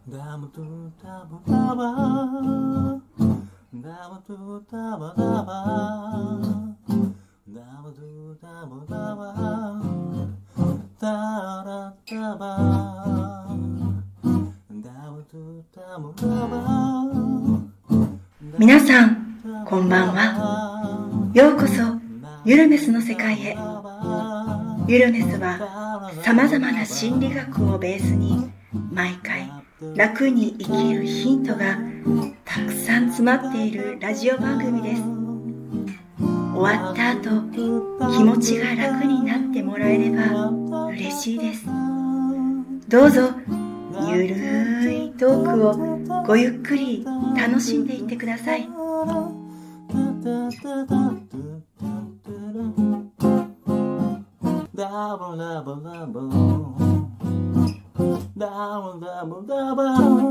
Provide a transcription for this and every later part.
ダムトゥダムダバダムトゥダバダバダムトゥダムダバダラダバダムトゥダムダバ。 皆さんこんばんは。ようこそユルメスの世界へ。ユルメスはさまざまな心理学をベースに毎回楽に生きるヒントがたくさん詰まっているラジオ番組です。終わった後気持ちが楽になってもらえれば嬉しいです。どうぞゆるいトークをごゆっくり楽しんでいってください。 ダブダブダブダブダブダブ。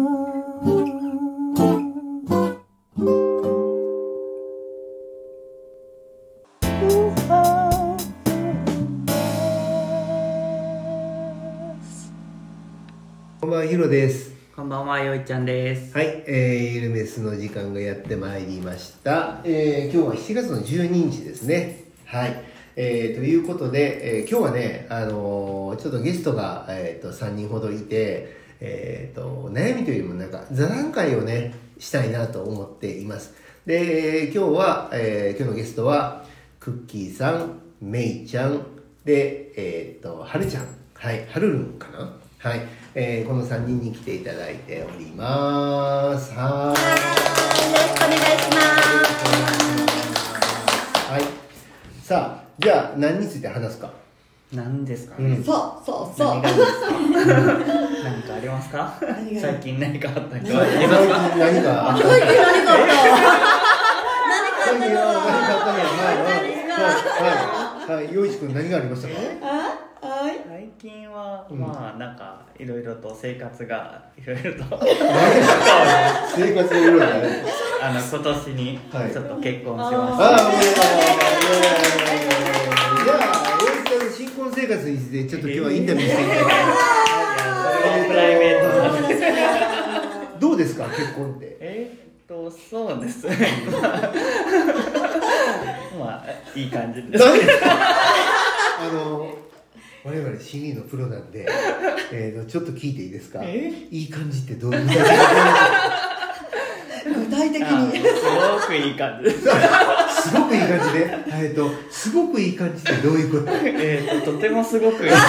こんばんは、ヒロです。 こんばんは、よいちゃんです。 はい、ゆるメスの時間がやってまいりました。今日は7月の12日ですね。はい。ということで、今日はね、ちょっとゲストが、3人ほどいて、悩みというよりもなんか座談会をね、したいなと思っています。で、今日のゲストは、クッキーさん、メイちゃん、で、はるちゃん、はい、はるるんかな、はい、この3人に来ていただいております。 よろしくお願いします。 はい。さあ、じゃあ何について話すか。 何ですかね。 そう何がいいですか。何かありますか。最近何かあったんですか。 何かあった何かあったはい、陽一くん何がありましたか。 最近は、まあなんかいろいろと生活がいろいろと生活いろいろね。 今年にちょっと結婚しました。 じゃあ陽一ちゃんの新婚生活についてちょっと今日はインタビューしていきたい。 プライベートなんです。 どうですか、結婚って。 そうですね。まあいい感じです。 我々 CD のプロなんで、ちょっと聞いていいですか。いい感じってどういう具体的にすごくいい感じです。 すごくいい感じで、すごくいい感じってどういうこと。 とてもすごくいい。 やべ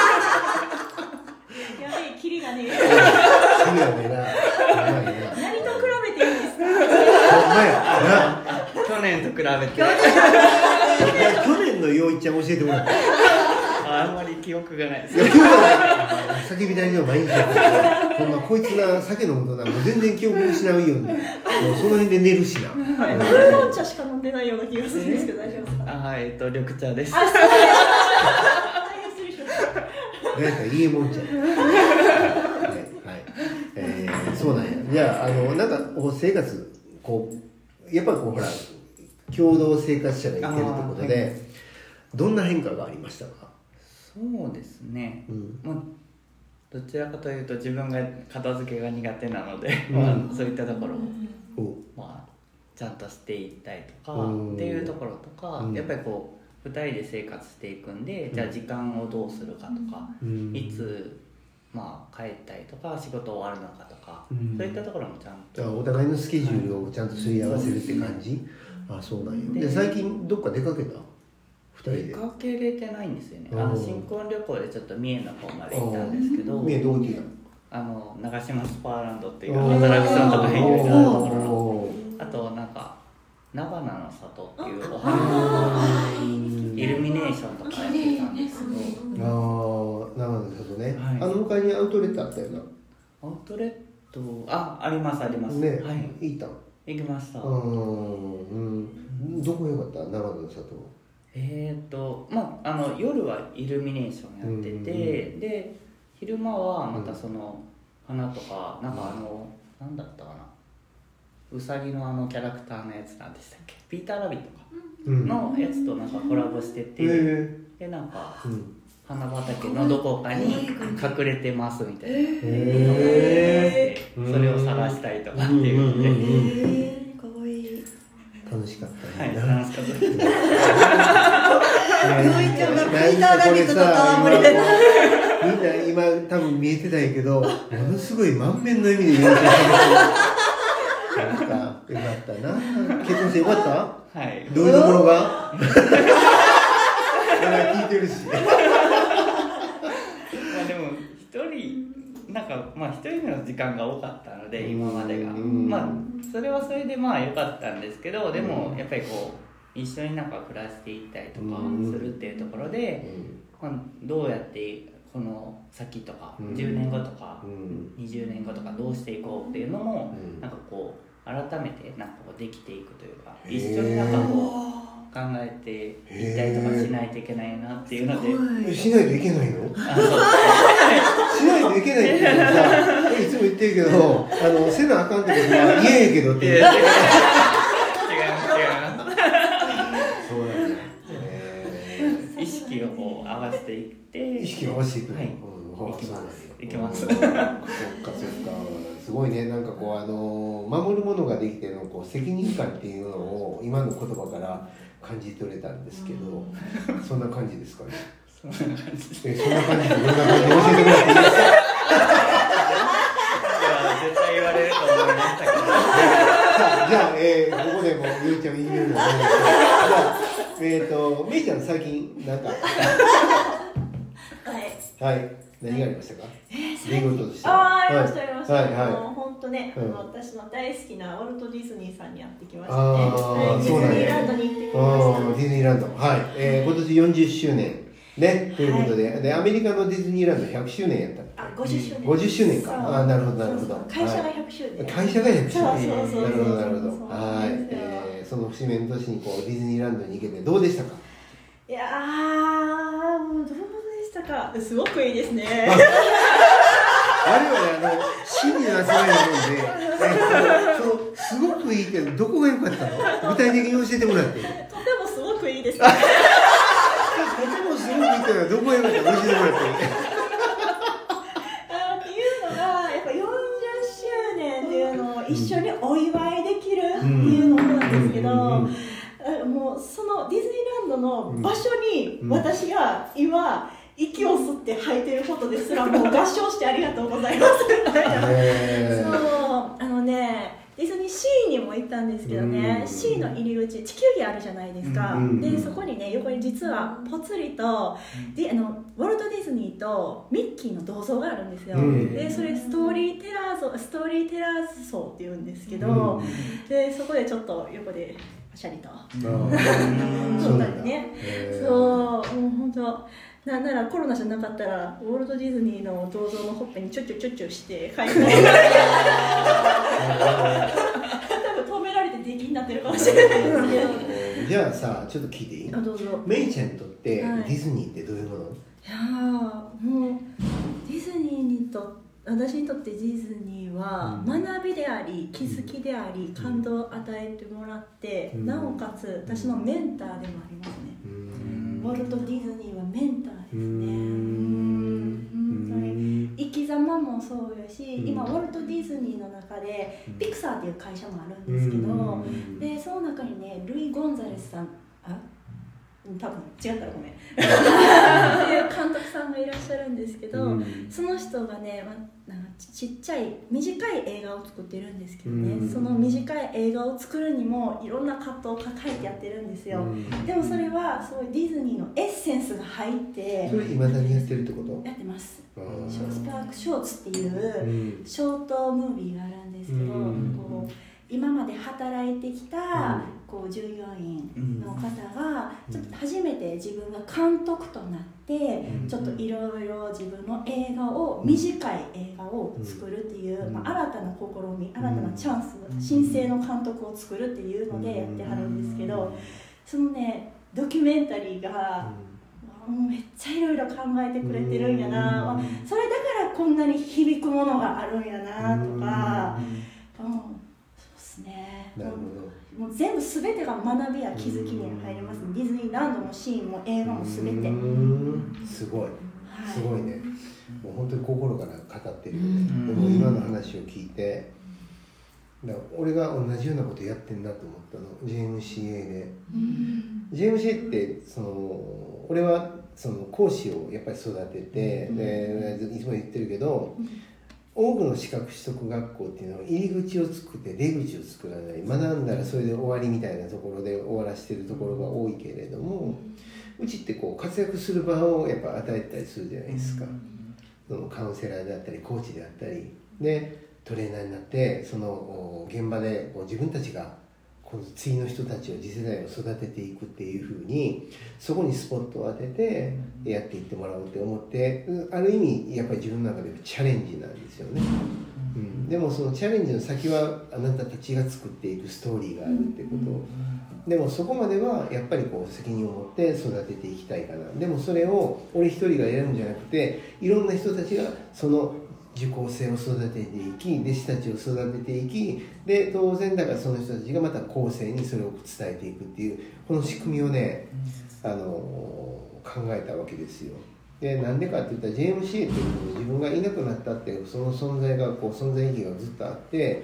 え、キリがねえ。 キリがねえな。何と比べていいんですか。 ほんまやな。 去年と比べて。 去年の陽一ちゃん教えてもらって。 あんまり記憶がないです。 酒みたいには毎日やってる。ほんまこいつな、酒飲むとな、もう全然記憶失うように、もうその辺で寝るしな。 紅茶しか飲んでないような気がするんですけど、大丈夫ですか。 緑茶です。 大変失礼しました。 なんか家もんちゃん。はい。そうなんや。じゃあ、なんか生活、こうやっぱりこうほら共同生活者がいてるってことで、はい、どんな変化がありましたか。 そうですね、まあ、どちらかというと自分が片付けが苦手なので、そういったところを、まあ、ちゃんとしていったりとかっていうところとか、やっぱりこう2人で生活していくんで、じゃあ時間をどうするかとか、いつまあ帰ったりとか仕事終わるのかとか、そういったところもちゃんとお互いのスケジュールをちゃんとすり合わせるって感じ。あ、そうなんよ。で最近どっか出かけた2人で。 出かけれてないんですよね。新婚旅行でちょっと三重の方まで行ったんですけど、 三重どこに行ったの。長島スパーランドっていうアトラクションとかいろいろあるところの、あとなんか菜花の里っていうお花のイルミネーションとかやってたんですけど、 菜花の里ね、 はい、 向かいにアウトレットあったよな。 アウトレットありますありますね、 はい、 行った行きました。 どこが良かった？長野の里。 まあ夜はイルミネーションやってて、で昼間はまたその花とか、なんかなんだったかな、ウサギのキャラクターのやつなんでしたっけ、ピーターラビットかのやつとなんかコラボしてて、でなんか花畑のどこかに隠れてますみたいな、それを探したりとかっていうので、 かわいい。 楽しかったね。 はい、楽しかったです。 ゆいちゃんがピーターラビットと戯れてみんな今多分見えてないけど、ものすごい満面の笑みで言われてなんかよかったな。結婚してよかった？ はい。 どういうところが？聞いてるし。 まあでも一人の時間が多かったので、今までが、まあそれはそれでまあ良かったんですけど、でもやっぱりこう一緒になんか暮らしていったりとかするっていうところで、まあ、どうやってこの先とか10年後とか20年後とかどうしていこうっていうのもなんかこう改めてなんかこうできていくというか、一緒になんかこう考えていったりとかしないといけないなっていうので。 しないといけないの？ あ、そうですしないといけないっていうのさ、いつも言ってるけど、せなあかんってことは言えんけどって言って。違います。そうなんだ。 意識をこう合わせていって。 意識を合わせていく。 はい。いきます。そっかそっか。すごいね、なんかこう守るものができてのこう責任感っていうのを今の言葉から感じ取れたんですけど、そんな感じですかね。 そんな感じ。 そんな感じでどんな感じで教えてもらっていいですか。 絶対言われると思いましたけど。 じゃあ、ここでもゆいちゃん言えるので、じゃあめいちゃん最近なんかはい。何がありましたか？出来事として。 ありました。 はいはい。 本当ね、私の大好きなウォルト・ディズニーさんに会ってきましたね。 ディズニーランドに行ってきました。 ディズニーランド。はい。今年40周年ねということで、アメリカのディズニーランド100周年やった。 50周年。 50周年か。なるほどなるほど。 会社が100周年。 会社が100周年。そう。 なるほどなるほど。はい。その節目の年にこうディズニーランドに行けてどうでしたか？ いやー、どうでしたか？すごくいいですね。 我々真になさないので、すごくいいけどどこが良かったの？具体的に教えてもらって。とてもすごくいいですね。 とてもすごくいいけどどこが良かったの？教えてもらって。っていうのがやっぱ40周年っていうのを一緒にお祝いできるっていうのなんですけど、もうそのディズニーランドの場所に私が今息を吸って吐いてることですらもう合唱してありがとうございますみたいな。そうディズニーシーにも行ったんですけどね、シーの入り口地球儀あるじゃないですか。でそこにね横に実はぽつりとウォルト・ディズニーとミッキーの銅像があるんですよ。でそれストーリーテラーズ像っていうんですけど、でそこでちょっと横でパシャリと撮ったりね。そうもう本当。なんならコロナじゃなかったらウォルト・ディズニーの銅像のほっぺにちょっちょして帰って多分止められて出禁になってるかもしれないですけど。 じゃあさ、ちょっと聞いていい？ どうぞ。 メイちゃんにとってディズニーってどういうもの？ いやもうディズニーに私にとってディズニーは学びであり気づきであり感動を与えてもらって、なおかつ私のメンターでもありますね。ウォルト・ディズニーはメンターですね。本当に生き様もそうやし、今ウォルト・ディズニーの中でピクサーっていう会社もあるんですけど、でその中にねルイ・ゴンザレスさん多分違ったらごめんっていう監督さんがいらっしゃるんですけど、その人がね、なんかちっちゃい短い映画を作ってるんですけどね、その短い映画を作るにもいろんな葛藤を抱えてやってるんですよ。でもそれはすごいディズニーのエッセンスが入って、 それ未だにやってるってこと？ やってます。スパークショーツっていうショートムービーがあるんですけど、こう今まで働いてきたこう従業員の方がちょっと初めて自分が監督となってちょっといろいろ自分の映画を短い映画を作るっていう、新たな試み、新たなチャンス、新生の監督を作るっていうのでやってはるんですけど、そのねドキュメンタリーがめっちゃいろいろ考えてくれてるんやな、それだからこんなに響くものがあるんやなとか、 ですね。 なるほもう全部すべてが学びや気づきに入ります。ディズニーランドのシーンも映画もすべて。 すごい、すごいね。もう本当に心から語ってるよね。でも今の話を聞いて、だから俺が同じようなことやってんなと思ったの。 JMCA で、JMCA って俺はその講師をやっぱり育てて、でいつも言ってるけど、多くの資格取得学校っていうのは入り口を作って出口を作らない、学んだらそれで終わりみたいなところで終わらせてるところが多いけれども、うちってこう活躍する場をやっぱ与えたりするじゃないですか。そのカウンセラーであったりコーチであったりでトレーナーになって、その現場でこう自分たちがこの次の人たちを次世代を育てていくっていうふうに、そこにスポットを当ててやっていってもらおうって思って、ある意味やっぱり自分の中でチャレンジなんですよね。でもそのチャレンジの先はあなたたちが作っていくストーリーがあるってこと、でもそこまではやっぱりこう責任を持って育てていきたいかな。でもそれを俺一人がやるんじゃなくて、いろんな人たちがその受講生を育てていき、弟子たちを育てていき、で当然だからその人たちがまた後世にそれを伝えていくっていうこの仕組みをね、考えたわけですよ。でなんでかっていったら JMCA っていうのは自分がいなくなったってその存在がこう存在意義がずっとあって、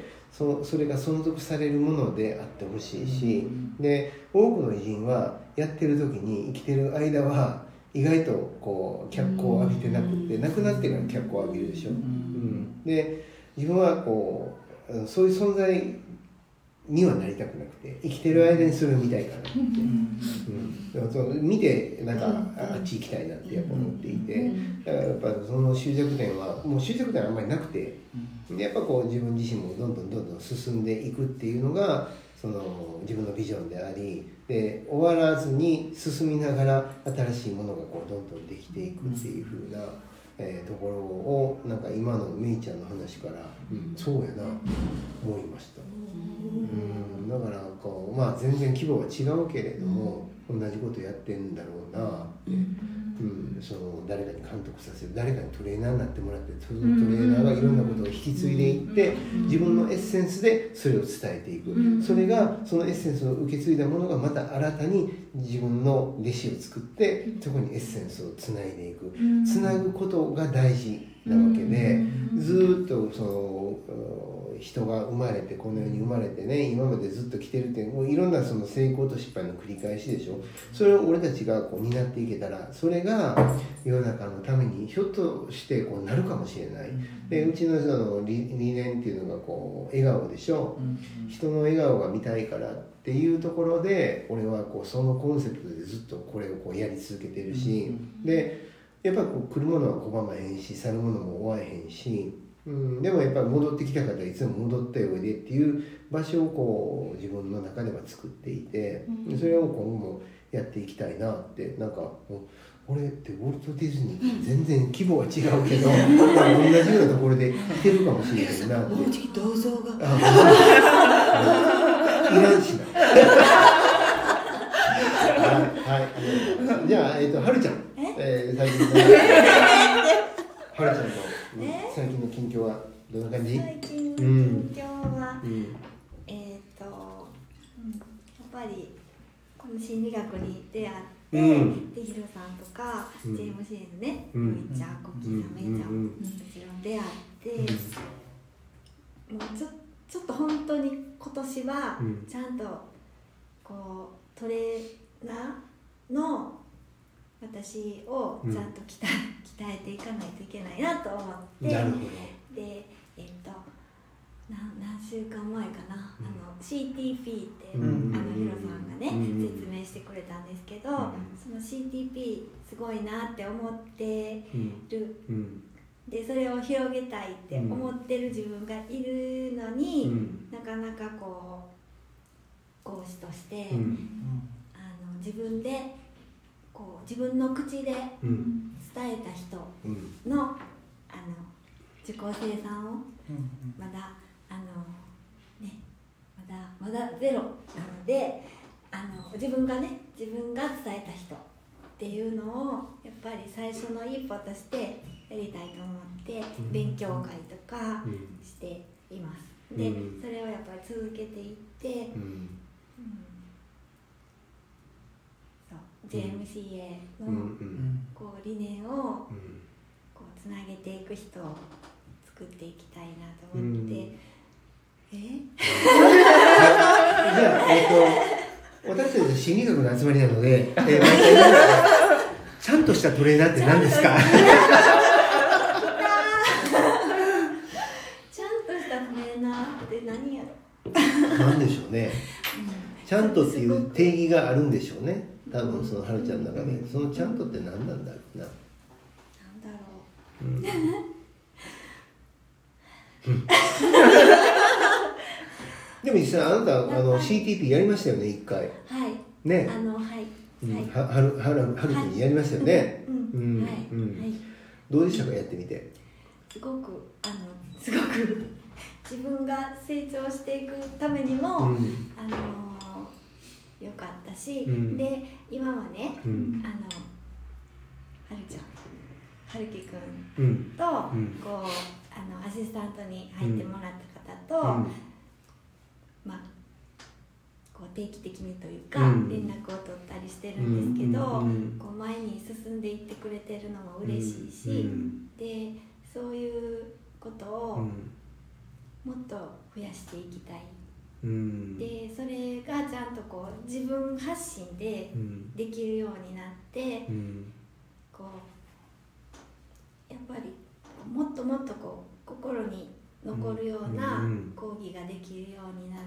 それが存続されるものであってほしいし、で多くの偉人はやってる時に生きてる間は意外とこう脚光を浴びてなくて、亡くなってから脚光を浴びるでしょ。で自分はこうそういう存在にはなりたくなくて、生きてる間にそれを見たいからって、見てなんかあっち行きたいなってやっぱ思っていて、だからやっぱその終着点はもう終着点はあんまりなくて、でやっぱこう自分自身もどんどん進んでいくっていうのがその自分のビジョンであり、で終わらずに進みながら新しいものがこうどんどんできていくっていう風なところをなんか今のめいちゃんの話から、そうやな思いました。だからこうまあ全然規模は違うけれども、同じことやってんだろうなって、その誰かに監督させる、誰かにトレーナーになってもらって、そのトレーナーがいろんなことを引き継いでいって、自分のエッセンスでそれを伝えていく、それがそのエッセンスを受け継いだものがまた新たに自分の弟子を作って、そこにエッセンスをつないでいく、つなぐことが大事なわけで、ずっとその人が生まれてこの世に生まれてね、今までずっと来てるってもういろんなその成功と失敗の繰り返しでしょ。それを俺たちがこう担っていけたら、それが世の中のためにひょっとしてこうなるかもしれない。でうちのその理念っていうのがこう笑顔でしょ。人の笑顔が見たいからっていうところで、俺はこうそのコンセプトでずっとこれをこうやり続けてるし、でやっぱこう来るものは拒まへんし、去るものも追わへんし、でもやっぱり戻ってきた方はいつも戻ったようでっていう場所をこう自分の中では作っていて、それを今後もやっていきたいなって。なんか俺ってウォルト・ディズニーって全然規模は違うけど、同じようなところで来てるかもしれないなって。 もうじき銅像がいらんしな。はい、じゃあ、はるちゃん、最近のはるちゃんの最近の近況はどんな感じ？ 最近の近況は、やっぱりこの心理学に出会って、でヒロさんとか、JMCA のね、めっちゃコッキーさん、めっちゃもちろん出会って、もうちょっと本当に今年はちゃんとこうトレーナーの私をちゃんと鍛えていかないといけないなと思って、 なるほど。 で何週間前かな、CTP って、ヒロさんがね、説明してくれたんですけど、その CTP すごいなって思ってる、でそれを広げたいって思ってる自分がいるのに、なかなかこう講師として、自分でこう自分の口で伝えた人の、受講生さんをまだまだゼロなので、自分が伝えた人っていうのをやっぱり最初の一歩としてやりたいと思って勉強会とかしています。 で、それをやっぱり続けていって、JMCA のこう理念をこうつなげていく人を作っていきたいなと思って、 じゃあ、私たち心理学の集まりなので、ちゃんとしたトレーナーって何ですか？ ちゃんとしたトレーナーって何やろ？ 何でしょうね。ちゃんとっていう定義があるんでしょうね。多分そのはるちゃんの中で、そのちゃんとって何なんだろうな。 なんだろう。 でも実際あなたCTP やりましたよね、一回。 はい。 ね。はるくんにやりましたよね。どうでしたか、やってみて。 すごく自分が成長していくためにも、よかったし、で今はね、はるきくんと、こうアシスタントに入ってもらった方と、こう定期的にというか、連絡を取ったりしてるんですけど、こう前に進んでいってくれてるのも嬉しいし、でそういうことをもっと増やしていきたい。でそれがちゃんとこう自分発信でできるようになって、こうやっぱりもっともっとこう心に残るような講義ができるようになって、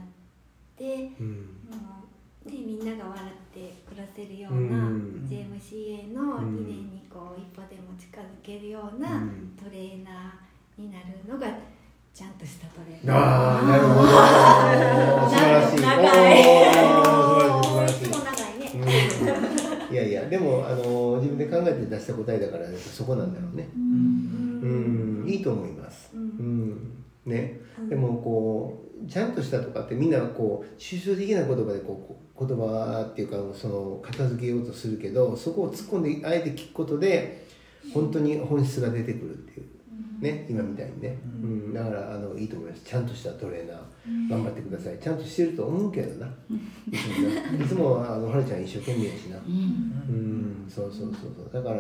みんなが笑って暮らせるような JMCA の理念にこう一歩でも近づけるようなトレーナーになるのがちゃんとしたトレーナー。 ああ、なるほど。素晴らしい。 長い。いつも長いね。 いやいや、でも自分で考えて出した答えだからそこなんだろうね。いいと思います。ね。でもこうちゃんとしたとかってみんなこう抽象的な言葉でこう言葉っていうかその片付けようとするけど、そこを突っ込んであえて聞くことで本当に本質が出てくるっていう。ね、今みたいにね、だからいいと思います。ちゃんとしたトレーナー頑張ってください。ちゃんとしてると思うけどな、いつもはるちゃん一生懸命やしな、そうだから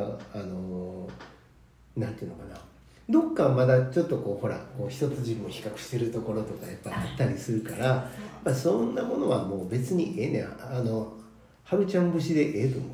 なんていうのかな、どっかまだちょっとこうほらこう一つ自分を比較してるところとかやっぱあったりするから、そんなものはもう別にええねん。はるちゃん節でええと思う。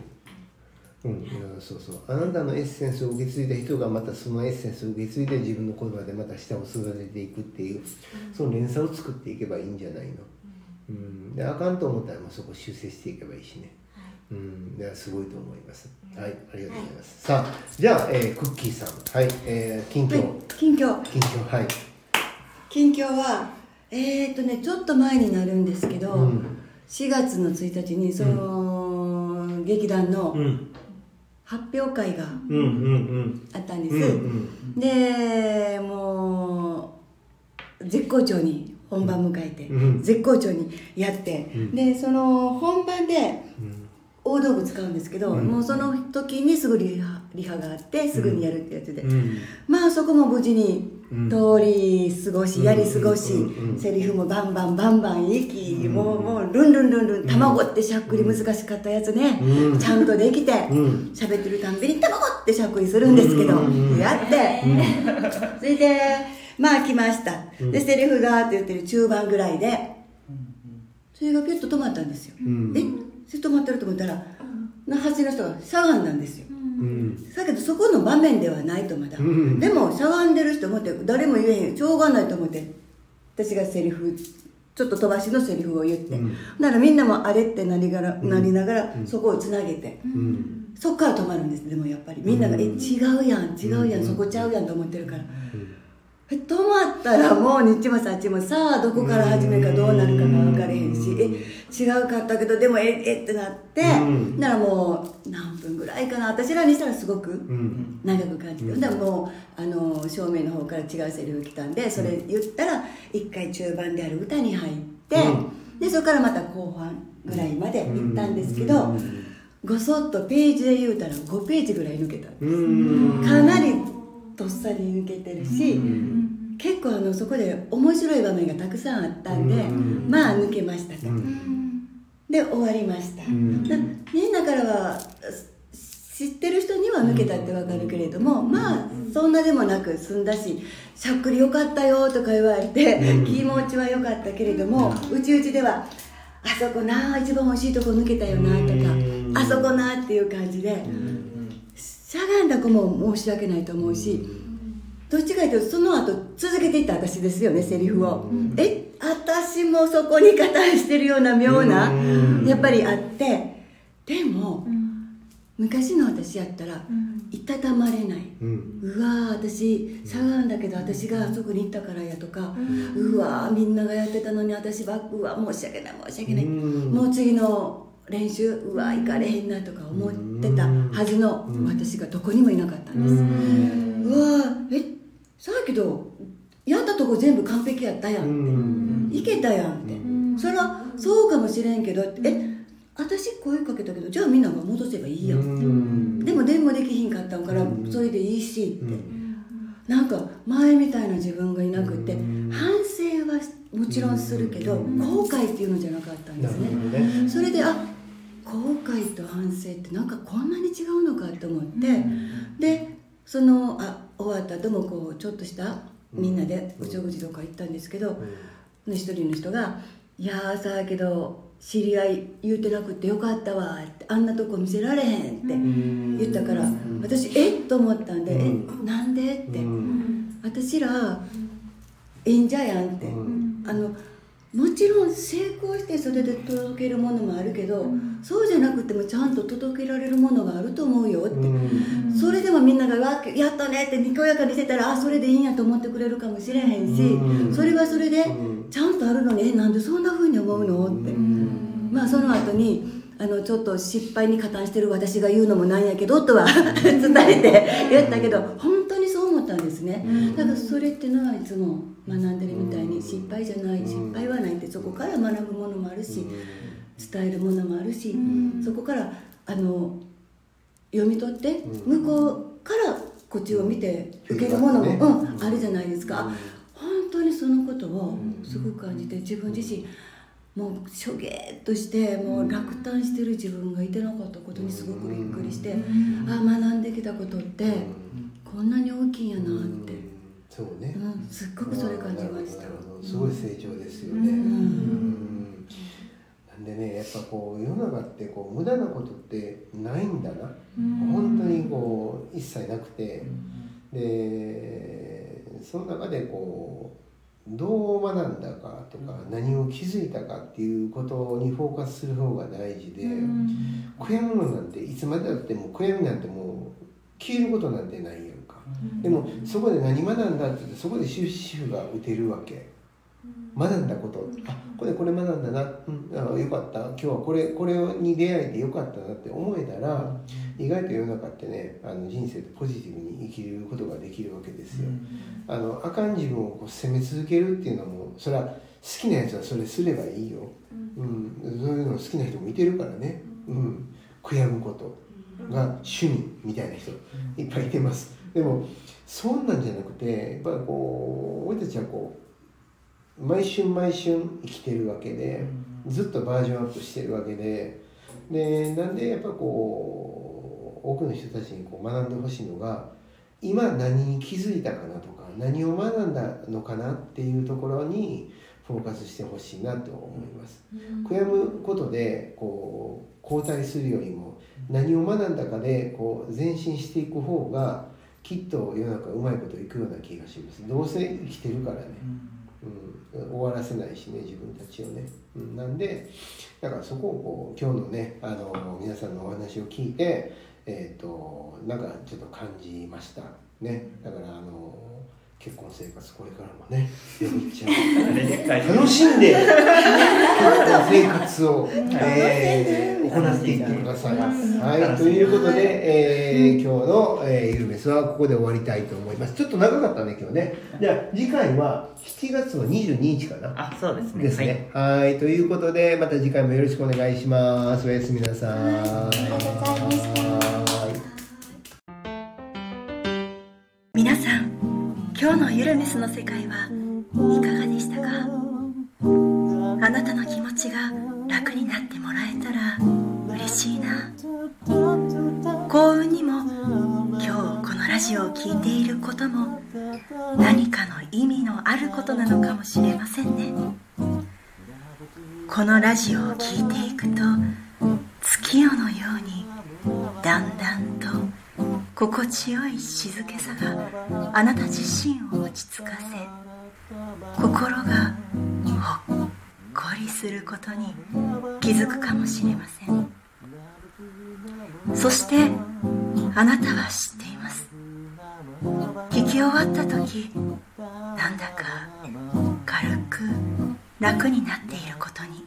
あなたのエッセンスを受け継いだ人がまたそのエッセンスを受け継いで自分の言葉でまた舌を育てていくっていう、その連鎖を作っていけばいいんじゃないの。であかんと思ったらそこ修正していけばいいしね。すごいと思います。はい、ありがとうございます。さあ、じゃあ、クッキーさん、はい、近況はい。 近況はちょっと前になるんですけど、4月の1日にその劇団の発表会があったんです。でもう絶好調に本番迎えて、絶好調にやって、でその本番で大道具使うんですけど、もうその時にすぐリハがあってすぐにやるってやつで、まあそこも無事に通り過ごしやり過ごし、セリフもバンバンいき、もうルン卵ってしゃっくり難しかったやつね、ちゃんとできて喋ってるたんびに卵ってしゃっくりするんですけど、やって、それでまあ来ました。でセリフがって言ってる中盤ぐらいでそれがピュッと止まったんですよ。それ止まってると思ったら端の人がしゃがんだんですよ。だけどそこの場面ではないとまだ、でもしゃがんでる人思って誰も言えへん、しょうがないと思って私がセリフちょっと飛ばしのセリフを言って、だからみんなもあれってなりながらそこをつなげて、そっから止まるんです。でもやっぱりみんなが違うやんそこちゃうやんと思ってるから、止まったらもう日もさっちもさあどこから始めかどうなるかが分かれへんし、違うかったけどでもってなって、ならもう何分ぐらいかな、私らにしたらすごく長く感じて、でももう正面の方から違うセリフ来たんでそれ言ったら一回中盤である歌に入って、でそこからまた後半ぐらいまで行ったんですけど、ごそっとページで言うたら5ページぐらい抜けたんです。かなりどっさり抜けてるし、結結構そこで面白い場面がたくさんあったんで、まあ抜けましたと、で終わりました、みんなからは知ってる人には抜けたってわかるけれども、まあそんなでもなく済んだし、しゃっくりよかったよとか言われて、気持ちは良かったけれども、うちではあそこな一番美味しいとこ抜けたよなとか、あそこなっていう感じで、しゃがんだ子も申し訳ないと思うし、どっちかというとその後続けていった私ですよね、セリフを。私もそこに加担してるような妙なやっぱりあって、でも昔の私やったらいたたまれない、うわ私しゃがんだけど私があそこに行ったからやとか、うわみんながやってたのに私ばっか、うわ申し訳ない申し訳ない、もう次の練習うわ行かれへんなとか思ってたはずの私がどこにもいなかったんです。うわさっきとやったとこ全部完璧やったやんって、いけたやんって、それはそうかもしれんけど、私声かけたけどじゃあみんなが戻せばいいやん、でもできひんかったんからそれでいいしって、なんか前みたいな自分がいなくて、反省はもちろんするけど後悔っていうのじゃなかったんですね。それで後悔と反省ってなんかこんなに違うのかと思って、で終わった後もこうちょっとしたみんなでお食事とか行ったんですけど、一人の人が「いやーさあけど知り合い言うてなくてよかったわ」って、あんなとこ見せられへんって言ったから、私と思ったんで「なんで?」って「私ら演者やん」って、もちろん成功してそれで届けるものもあるけど、そうじゃなくてもちゃんと届けられるものがあると思うよって、それでもみんなが「やったね」ってにこやかにしてたら、それでいいんやと思ってくれるかもしれへんし、それはそれでちゃんとあるのになんでそんな風に思うのって、まあその後にちょっと失敗に加担してる私が言うのもなんやけどとは伝えて言ったけど、本当にそう思ったんですね。だからそれってのはいつも学んでるみたいに、失敗じゃない、失敗はないって、そこから学ぶものもあるし伝えるものもあるし、そこから読み取って向こうからこっちを見て受けるものも、あるじゃないですか。本当にそのことをすごく感じて、自分自身もうしょげーっとしてもう落胆してる自分がいてなかったことにすごくびっくりして、学んできたことってこんなに大きいんやなって、 そうね、 すっごくそれ感じました。 すごい成長ですよね。なんでね、やっぱこう世の中ってこう無駄なことってないんだな、本当にこう一切なくて、でその中でこうどう学んだかとか何を気づいたかっていうことにフォーカスする方が大事で、悔やむのなんていつまでだっても悔やみなんてもう消えることなんてないやんか。でもそこで何学んだって言って、そこで終止符が打てるわけ。学んだこと、これ学んだな、よかった、今日はこれに出会えてよかったなって思えたら、意外と世の中ってね、人生でポジティブに生きることができるわけですよ。あかん自分をこう責め続けるっていうのも、それは好きなやつはそれすればいいよ、そういうの好きな人もいてるからね、悔やむことが趣味みたいな人いっぱいいてます。でもそんなんじゃなくて、やっぱりこう俺たちはこう毎春生きてるわけで、ずっとバージョンアップしてるわけで、なんでやっぱこう多くの人たちにこう学んでほしいのが、今何に気づいたかなとか、何を学んだのかなっていうところにフォーカスしてほしいなと思います。悔やむことでこう後退するよりも、何を学んだかでこう前進していく方がきっと世の中うまいこといくような気がします。どうせ生きてるからね、終わらせないしね、自分たちをね、なんでだからそこをこう今日のね皆さんのお話を聞いてなんかちょっと感じましたね。だから結婚生活これからもね、めっちゃ楽しんで結婚生活を、行っていってください。はい、ということで、今日の、ゆるめすはここで終わりたいと思います。ちょっと長かったね今日ね。じゃあ次回は7月の22日かな。 そうですね。 ですね。はい、ということでまた次回もよろしくお願いします。おやすみなさい。 ありがとうございました。 皆さん、今日のゆるメスの世界はいかがでしたか？あなたの気持ちが楽になってもらえたら嬉しいな。幸運にも今日このラジオを聞いていることも何かの意味のあることなのかもしれませんね。このラジオを聞いていくと月夜のようにだんだんと心地よい静けさがあなた自身を落ち着かせ、心がほっこりすることに気づくかもしれません。そしてあなたは知っています。聞き終わった時、なんだか軽く楽になっていることに。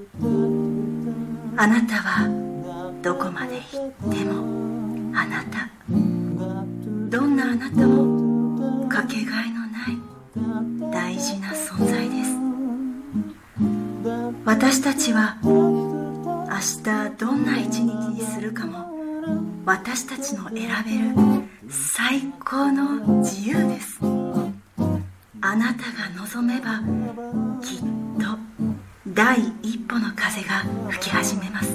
あなたはどこまで行ってもあなた。どんなあなたもかけがえのない大事な存在です。私たちは明日どんな一日にするかも私たちの選べる最高の自由です。あなたが望めばきっと第一歩の風が吹き始めます。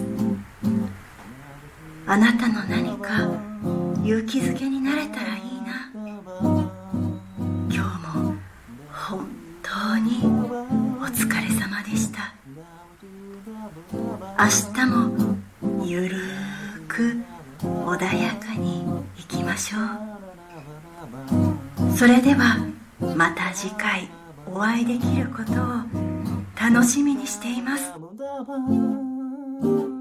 あなたの何か勇気づけになれたらいいな。今日も本当にお疲れ様でした。明日もゆるーく穏やかにいきましょう。それではまた次回お会いできることを楽しみにしています。